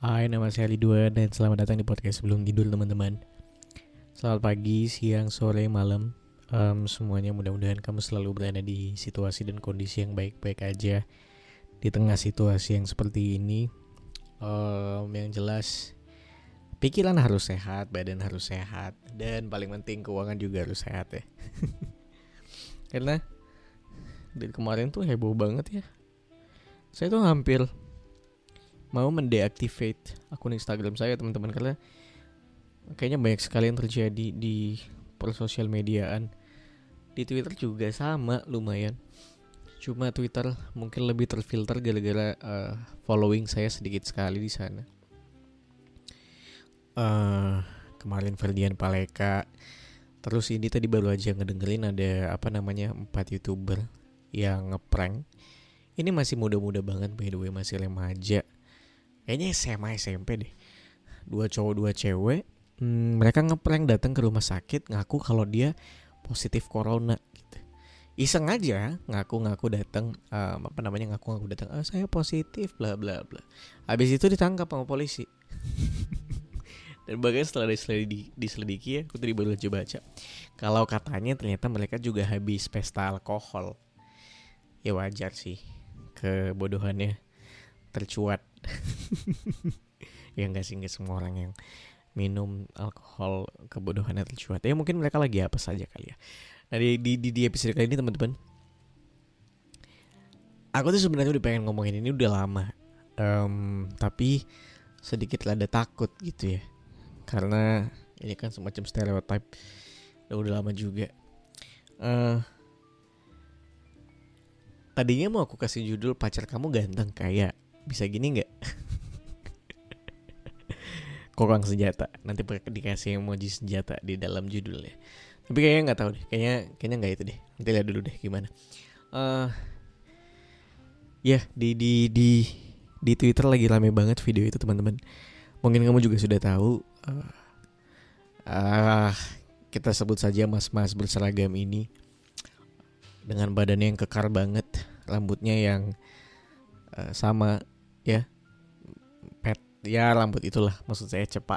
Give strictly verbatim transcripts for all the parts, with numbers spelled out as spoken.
Hai, nama saya Ridwan dan selamat datang di podcast Sebelum Tidur teman-teman. Selamat pagi, siang, sore, malam. Em, semuanya mudah-mudahan kamu selalu berada di situasi dan kondisi yang baik-baik aja. Di tengah situasi yang seperti ini, em, yang jelas pikiran harus sehat, badan harus sehat, dan paling penting keuangan juga harus sehat ya. Karena dari kemarin tuh heboh banget ya. Saya tuh hampir mau mendeactivate akun Instagram saya teman-teman, karena kayaknya banyak sekali yang terjadi di persosial mediaan. Di Twitter juga sama lumayan. Cuma Twitter mungkin lebih terfilter gara-gara uh, following saya sedikit sekali di sana. Uh, kemarin Ferdian Paleka. Terus ini tadi baru aja ngedengerin ada apa namanya empat YouTuber yang ngeprank. Ini masih muda-muda banget, by the way, masih remaja. Kayaknya S M A S M P deh. Dua cowok dua cewek. Hmm, mereka ngeprank datang ke rumah sakit ngaku kalau dia positif corona gitu. Iseng aja ngaku-ngaku datang, um, apa namanya ngaku-ngaku datang. Ah, saya positif bla bla bla. Habis itu ditangkap sama polisi. Dan bahkan setelah diselidiki, diselidiki ya, aku tadi baru aja baca. Kalau katanya ternyata mereka juga habis pesta alkohol. Ya wajar sih, kebodohannya tercuat. Ya enggak sih, enggak semua orang yang minum alkohol kebodohannya tercuat. Ya mungkin mereka lagi apa saja kali ya. Nah di, di, di episode kali ini teman-teman, aku tuh sebenarnya udah pengen ngomongin ini udah lama, um, tapi sedikit rada takut gitu ya, karena ini kan semacam stereotype udah, udah lama juga. uh, Tadinya mau aku kasih judul pacar kamu ganteng kayak bisa gini nggak? Kokang senjata. Nanti dikasih emoji senjata di dalam judulnya. Tapi kayaknya nggak tahu deh. Kayaknya kayaknya nggak itu deh. Nanti lihat dulu deh gimana. Uh, ya yeah, di di di di Twitter lagi rame banget video itu teman-teman. Mungkin kamu juga sudah tahu. Uh, uh, kita sebut saja mas-mas berseragam ini dengan badannya yang kekar banget, rambutnya yang uh, sama ya. Ya rambut itulah, maksud saya cepak.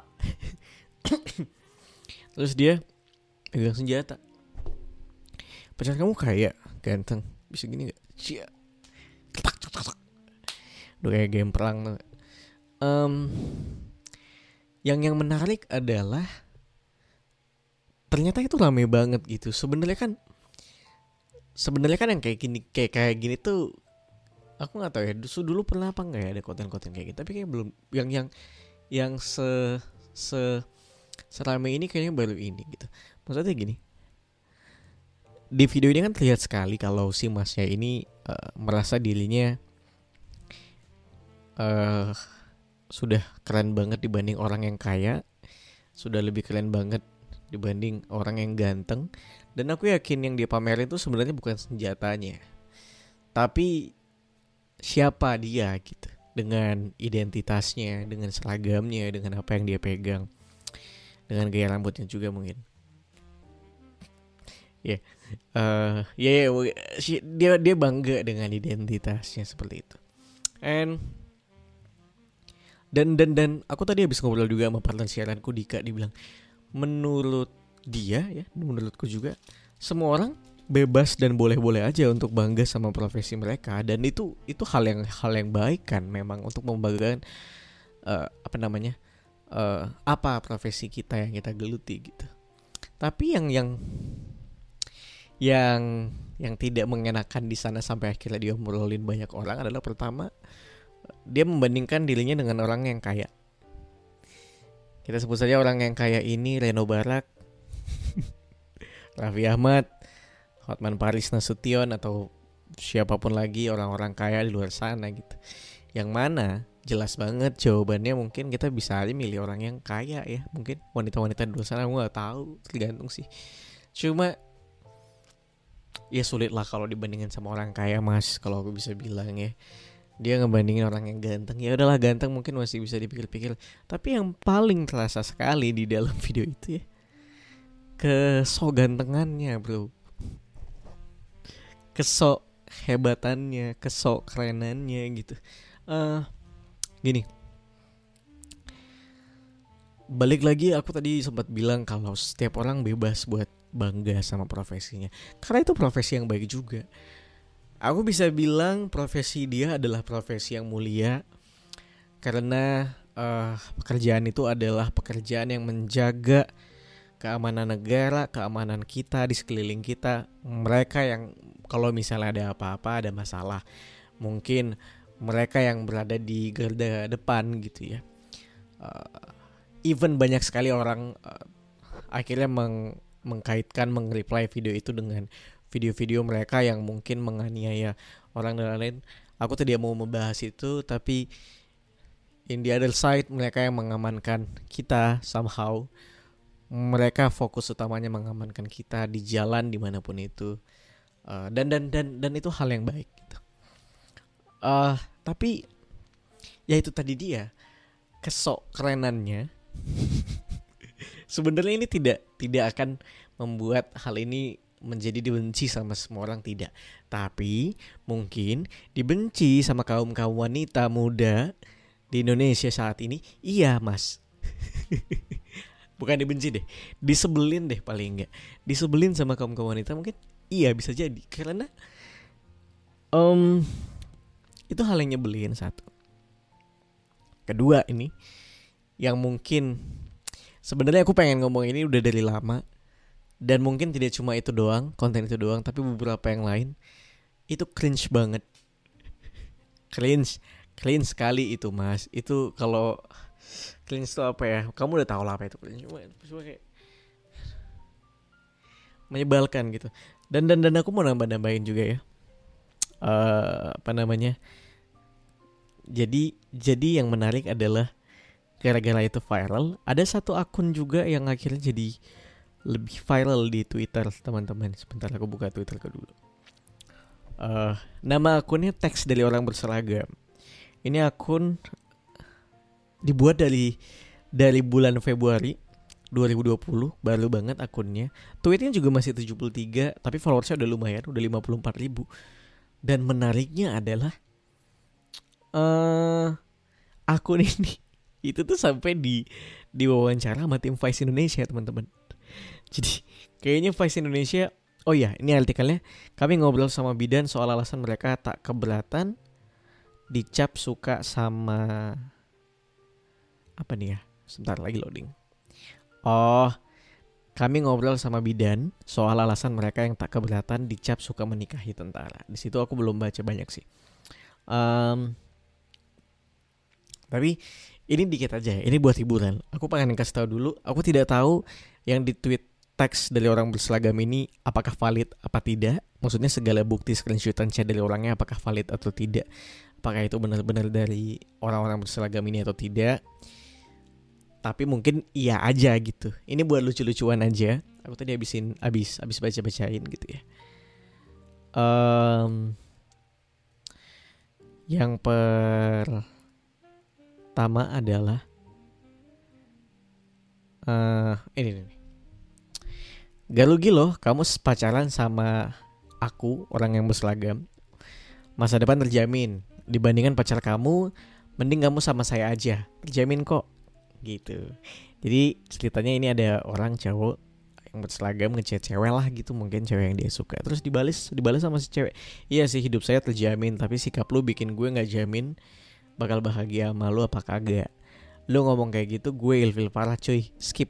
Terus dia pegang senjata. Pacar kamu kaya, ganteng, bisa gini gak? Cia. Ketak, ketak, ketak. Udah kayak game perang. um, Yang yang menarik adalah ternyata itu rame banget gitu. Sebenarnya kan Sebenarnya kan yang kayak gini Kayak kayak gini tuh aku nggak tahu ya, dulu dulu pernah apa nggak ya ada konten-konten kayak gitu, tapi kayak belum yang yang yang se se serame ini kayaknya baru ini gitu. Maksudnya gini, di video ini kan terlihat sekali kalau si masnya ini uh, merasa dirinya uh, sudah keren banget dibanding orang yang kaya, sudah lebih keren banget dibanding orang yang ganteng. Dan aku yakin yang dia pamerin itu sebenarnya bukan senjatanya, tapi siapa dia gitu, dengan identitasnya, dengan seragamnya, dengan apa yang dia pegang, dengan gaya rambutnya juga mungkin. Ya, yeah. uh, ya yeah, yeah, dia dia bangga dengan identitasnya seperti itu. And dan dan dan aku tadi habis ngobrol juga sama partner siaranku Dika, dibilang menurut dia ya, menurutku juga semua orang bebas dan boleh-boleh aja untuk bangga sama profesi mereka, dan itu itu hal yang hal yang baik kan memang untuk membanggakan uh, apa namanya uh, apa profesi kita yang kita geluti gitu. Tapi yang yang yang yang tidak mengenakan di sana sampai akhirnya dia merolin banyak orang adalah pertama, dia membandingkan dirinya dengan orang yang kaya. Kita sebut saja orang yang kaya ini Reno Barak, Raffi Ahmad, Hotman Paris Nasution, atau siapapun lagi orang-orang kaya di luar sana gitu. Yang mana jelas banget jawabannya mungkin kita bisa aja milih orang yang kaya ya. Mungkin wanita-wanita di luar sana aku gak tahu, tergantung sih. Cuma ya sulit lah kalau dibandingin sama orang kaya mas, kalau aku bisa bilang ya. Dia ngebandingin orang yang ganteng, ya udahlah ganteng mungkin masih bisa dipikir-pikir. Tapi yang paling terasa sekali di dalam video itu ya, kesok gantengannya bro, kesok hebatannya, kesok kerenannya gitu. uh, Gini, balik lagi aku tadi sempat bilang kalau setiap orang bebas buat bangga sama profesinya, karena itu profesi yang baik juga. Aku bisa bilang profesi dia adalah profesi yang mulia karena uh, pekerjaan itu adalah pekerjaan yang menjaga keamanan negara, keamanan kita di sekeliling kita. Mereka yang kalau misalnya ada apa-apa, ada masalah, mungkin mereka yang berada di garda depan gitu ya. Uh, even banyak sekali orang uh, akhirnya meng, mengkaitkan, meng-reply video itu dengan video-video mereka yang mungkin menganiaya orang dan lain-lain. Aku tidak mau membahas itu, tapi in the other side mereka yang mengamankan kita somehow. Mereka fokus utamanya mengamankan kita di jalan dimanapun itu, uh, dan dan dan dan itu hal yang baik gitu. Uh, tapi ya itu tadi dia kesok kerenannya. Sebenarnya ini tidak tidak akan membuat hal ini menjadi dibenci sama semua orang, tidak. Tapi mungkin dibenci sama kaum kaum wanita muda di Indonesia saat ini, iya mas. Bukan dibenci deh, disebelin deh paling enggak. Disebelin sama kaum kaum wanita mungkin, iya bisa jadi. Karena um, itu hal yang nyebelin satu. Kedua ini, yang mungkin sebenarnya aku pengen ngomong ini udah dari lama, dan mungkin tidak cuma itu doang, konten itu doang, tapi beberapa yang lain itu cringe banget. Cringe, cringe sekali itu mas. Itu kalau cringe itu apa ya? Kamu udah tahu lah apa itu cringe. Cuma, cuma kayak menyebalkan gitu. Dan dan dan aku mau nambah-nambahin juga ya. Uh, apa namanya? Jadi jadi yang menarik adalah gara-gara itu viral, ada satu akun juga yang akhirnya jadi lebih viral di Twitter, teman-teman. Sebentar aku buka Twitterku dulu. Uh, nama akunnya Teks dari Orang Berseragam. Ini akun dibuat dari dari bulan Februari dua ribu dua puluh, baru banget akunnya. Tweetnya juga masih tujuh puluh tiga, tapi followersnya udah lumayan, udah lima puluh empat ribu. Dan menariknya adalah uh, akun ini itu tuh sampai di diwawancara sama tim Vice Indonesia, teman-teman. Jadi kayaknya Vice Indonesia, oh ya ini artikelnya, kami ngobrol sama bidan soal alasan mereka tak keberatan dicap suka sama apa nih ya, sebentar lagi loading. Oh, kami ngobrol sama bidan soal alasan mereka yang tak keberatan dicap suka menikahi tentara. Di situ aku belum baca banyak sih. Um, tapi ini dikit aja ya, ini buat hiburan. Aku pengen kasih tahu dulu, aku tidak tahu yang di tweet teks dari Orang Berseragam ini apakah valid apa tidak. Maksudnya segala bukti screenshotan chat dari orangnya apakah valid atau tidak. Apakah itu benar-benar dari orang-orang berseragam ini atau tidak. Tapi mungkin iya aja gitu. Ini buat lucu-lucuan aja. Aku tadi habisin habis habis baca-bacain gitu ya. Um, yang pertama adalah uh, ini nih. Gak rugi loh kamu pacaran sama aku, orang yang berseragam. Masa depan terjamin. Dibandingkan pacar kamu, mending kamu sama saya aja, terjamin kok. Gitu. Jadi ceritanya ini ada orang cowok yang berseragam ngechat cewek lah gitu, mungkin cewek yang dia suka. Terus dibalas, dibalas sama si cewek, iya sih hidup saya terjamin, tapi sikap lu bikin gue nggak jamin bakal bahagia sama lu apa kagak. Lu ngomong kayak gitu gue ilfil parah cuy, skip.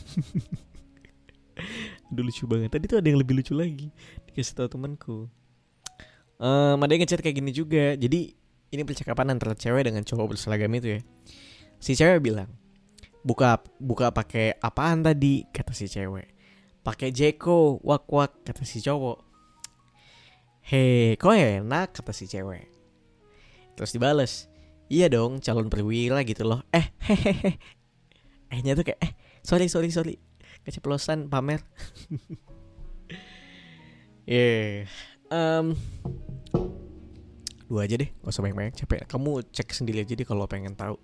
Aduh lucu banget. Tadi tuh ada yang lebih lucu lagi, dikasih tau temanku. Um, ada yang ngechat kayak gini juga. Jadi ini percakapan antara cewek dengan cowok berseragam itu ya. Si cewek bilang, buka buka pakai apaan tadi, kata si cewek. Pakai Jeko, wak wak, kata si cowok. Hei, kok enak, kata si cewek. Terus dibales, iya dong, calon perwira gitu loh. Eh hehehe. Eh-nya tuh kayak eh sorry sorry sorry, keceplosan pamer. Yeah. Um, dua aja deh, gak usah banyak-banyak, capek. Kamu cek sendiri aja deh kalau pengen tahu.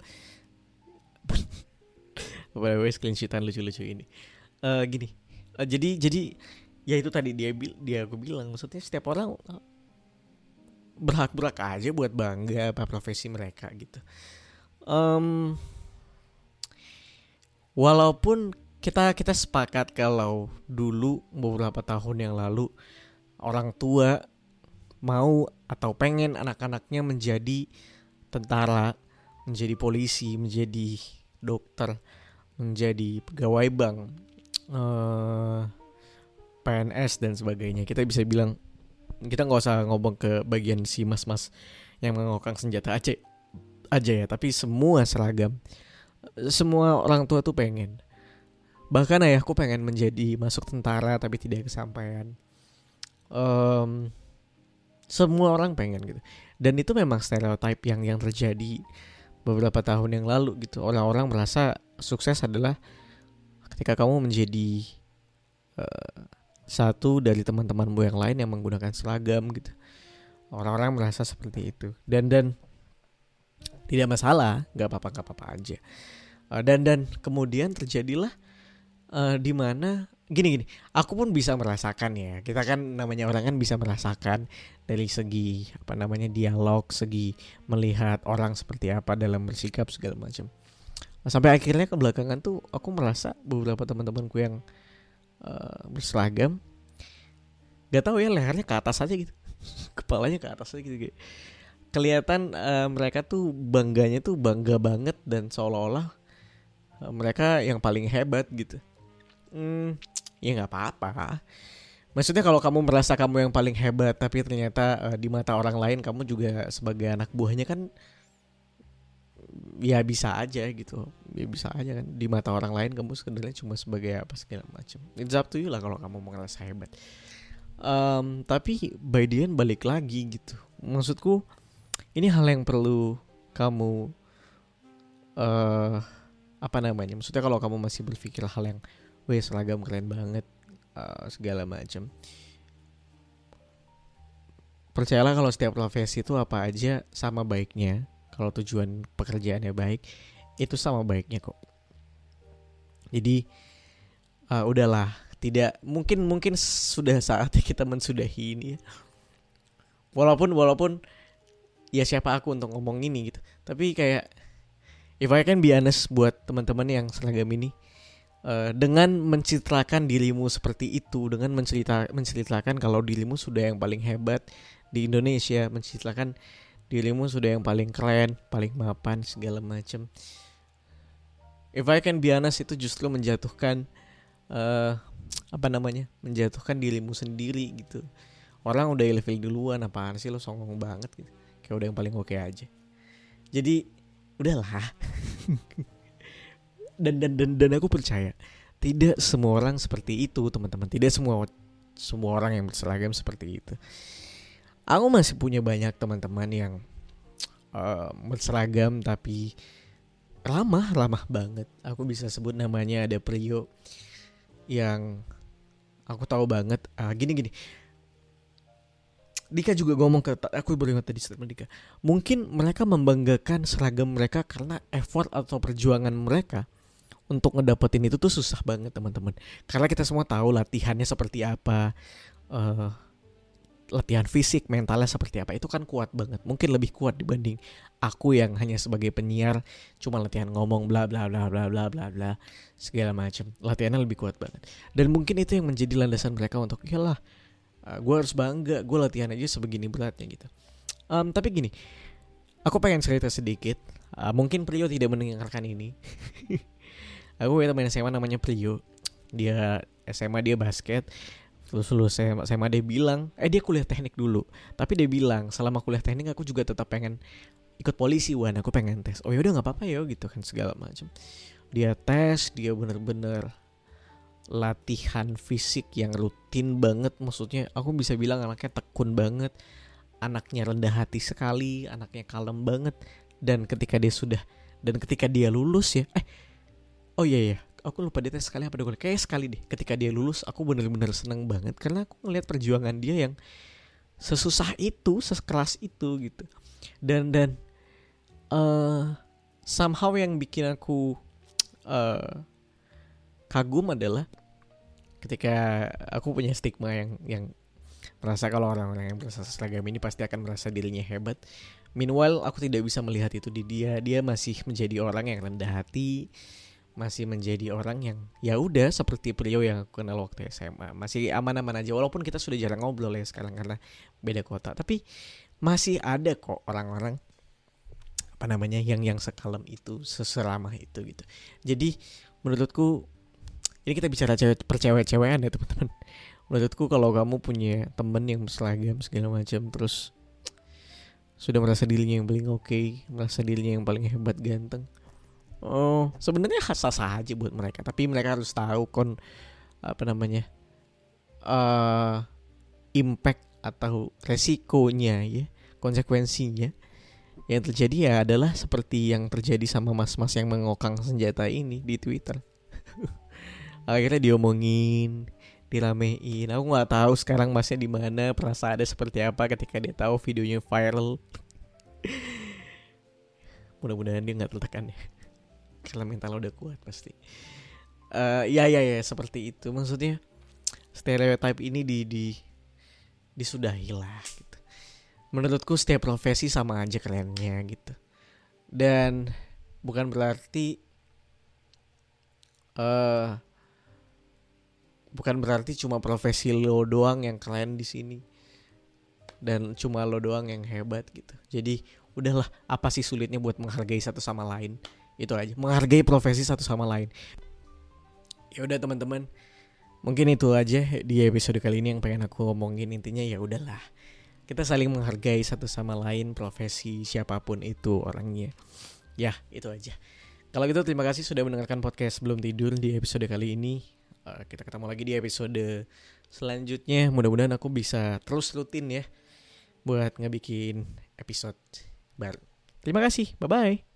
By the way, screenshotan lucu-lucu ini. Uh, gini, uh, jadi jadi ya itu tadi dia dia aku bilang, maksudnya setiap orang berhak-berhak aja buat bangga apa profesi mereka gitu. Um, Walaupun kita kita sepakat kalau dulu beberapa tahun yang lalu orang tua mau atau pengen anak-anaknya menjadi tentara, menjadi polisi, menjadi dokter, menjadi pegawai bank, eh, P N S dan sebagainya. Kita bisa bilang, kita nggak usah ngomong ke bagian si mas-mas yang mengokang senjata aja aja ya, tapi semua seragam, semua orang tua tuh pengen. Bahkan ayahku pengen menjadi masuk tentara tapi tidak kesampaian. Um, semua orang pengen gitu. Dan itu memang stereotip yang yang terjadi beberapa tahun yang lalu gitu. Orang-orang merasa sukses adalah ketika kamu menjadi uh, satu dari teman-temanmu yang lain yang menggunakan seragam gitu. Orang-orang merasa seperti itu. Dan dan tidak masalah, nggak apa-apa nggak apa-apa aja. Uh, dan dan kemudian terjadilah uh, di mana gini-gini. Aku pun bisa merasakan ya. Kita kan namanya orang kan bisa merasakan dari segi apa namanya dialog, segi melihat orang seperti apa dalam bersikap segala macam. Sampai akhirnya ke belakangan tuh aku merasa beberapa teman-temanku yang uh, berseragam, gak tahu ya, lehernya ke atas aja gitu, kepalanya ke atas aja gitu. Kelihatan uh, mereka tuh bangganya tuh bangga banget dan seolah-olah uh, mereka yang paling hebat gitu. Hmm, ya nggak apa-apa. Maksudnya kalau kamu merasa kamu yang paling hebat, tapi ternyata uh, di mata orang lain kamu juga sebagai anak buahnya kan, ya bisa aja gitu. Ya bisa aja kan. Di mata orang lain kamu sebenarnya cuma sebagai apa segala macam. It's up to you lah kalau kamu mau ngerasa hebat. Um, tapi by the end balik lagi gitu. Maksudku ini hal yang perlu kamu uh, apa namanya? Maksudnya kalau kamu masih berpikir hal yang weh seragam keren banget uh, segala macam. Percayalah kalau setiap profesi itu apa aja sama baiknya. Kalau tujuan pekerjaannya baik, itu sama baiknya kok. Jadi uh, udahlah, tidak mungkin mungkin sudah saatnya kita mensudahi ini ya. Walaupun walaupun ya siapa aku untuk ngomong ini gitu. Tapi kayak if I can be honest buat teman-teman yang seragam ini, Uh, dengan menceritakan dirimu seperti itu, dengan mencerita menceritakan kalau dirimu sudah yang paling hebat di Indonesia, menceritakan dirimu sudah yang paling keren, paling mapan segala macam. If I can be honest, itu justru menjatuhkan uh, apa namanya, menjatuhkan dirimu sendiri gitu. Orang udah level duluan, apaan sih lo songong banget gitu. Kayak udah yang paling oke aja. Jadi udahlah. Dan, dan dan dan aku percaya tidak semua orang seperti itu, teman-teman. Tidak semua semua orang yang berseragam seperti itu. Aku masih punya banyak teman-teman yang uh, berseragam tapi ramah ramah banget. Aku bisa sebut namanya, ada Prio yang aku tahu banget. Uh, gini gini. Dika juga ngomong ke aku, baru ingat tadi statement Dika. Mungkin mereka membanggakan seragam mereka karena effort atau perjuangan mereka untuk ngedapetin itu tuh susah banget teman-teman. Karena kita semua tahu latihannya seperti apa, uh, latihan fisik, mentalnya seperti apa. Itu kan kuat banget. Mungkin lebih kuat dibanding aku yang hanya sebagai penyiar, cuma latihan ngomong bla bla bla bla bla bla bla segala macam. Latihannya lebih kuat banget. Dan mungkin itu yang menjadi landasan mereka untuk iyalah, uh, gue harus bangga, gue latihan aja sebegini beratnya gitu. Um, tapi gini, aku pengen cerita sedikit. Uh, mungkin Prio tidak mendengarkan ini. Aku punya teman S M A namanya Prio. Dia S M A dia basket. Terus lulus S M A dia bilang, eh dia kuliah teknik dulu. Tapi dia bilang, selama kuliah teknik aku juga tetap pengen ikut polisi, Wan. Aku pengen tes. Oh yaudah nggak apa-apa ya gitu kan segala macam. Dia tes, dia bener-bener latihan fisik yang rutin banget. Maksudnya aku bisa bilang anaknya tekun banget, anaknya rendah hati sekali, anaknya kalem banget. Dan ketika dia sudah dan ketika dia lulus ya, eh oh iya iya, aku lupa dia tes sekali apa dua kali. Kayak sekali deh. Ketika dia lulus, aku benar-benar seneng banget karena aku ngeliat perjuangan dia yang sesusah itu, sekeras itu gitu. Dan dan uh, somehow yang bikin aku uh, kagum adalah ketika aku punya stigma yang yang merasa kalau orang-orang yang berasa seragam ini pasti akan merasa dirinya hebat. Meanwhile, aku tidak bisa melihat itu di dia. Dia masih menjadi orang yang rendah hati, masih menjadi orang yang ya udah seperti Prio yang aku kenal waktu S M A, masih aman-aman aja walaupun kita sudah jarang ngobrol ya sekarang karena beda kota, tapi masih ada kok orang-orang apa namanya yang yang sekalem itu, seseramah itu gitu. Jadi menurutku ini kita bicara cewek percewek-cewekan ya teman-teman. Menurutku kalau kamu punya temen yang seragam segala macam, terus sudah merasa dirinya yang paling oke, okay, merasa dirinya yang paling hebat, ganteng, oh sebenarnya sah-sah aja buat mereka. Tapi mereka harus tahu kon apa namanya uh, impact atau resikonya ya, konsekuensinya. Yang terjadi ya adalah seperti yang terjadi sama mas-mas yang mengokang senjata ini di Twitter. Akhirnya diomongin, diramein. Aku nggak tahu sekarang masnya di mana, perasaannya seperti apa ketika dia tahu videonya viral. Mudah-mudahan dia nggak tertekan ya, karena mental udah kuat pasti. Uh, ya ya ya seperti itu. Maksudnya stereotip ini di di disudahilah gitu. Menurutku setiap profesi sama aja kerennya gitu. Dan bukan berarti uh, bukan berarti cuma profesi lo doang yang keren di sini dan cuma lo doang yang hebat gitu. Jadi udahlah, apa sih sulitnya buat menghargai satu sama lain? Itu aja, menghargai profesi satu sama lain. Ya udah teman-teman, mungkin itu aja di episode kali ini yang pengen aku ngomongin. Intinya ya udahlah, kita saling menghargai satu sama lain, profesi siapapun itu orangnya. Ya itu aja. Kalau gitu terima kasih sudah mendengarkan podcast Sebelum Tidur di episode kali ini. Uh, kita ketemu lagi di episode selanjutnya. Mudah-mudahan aku bisa terus rutin ya buat ngebikin episode baru. Terima kasih, bye-bye.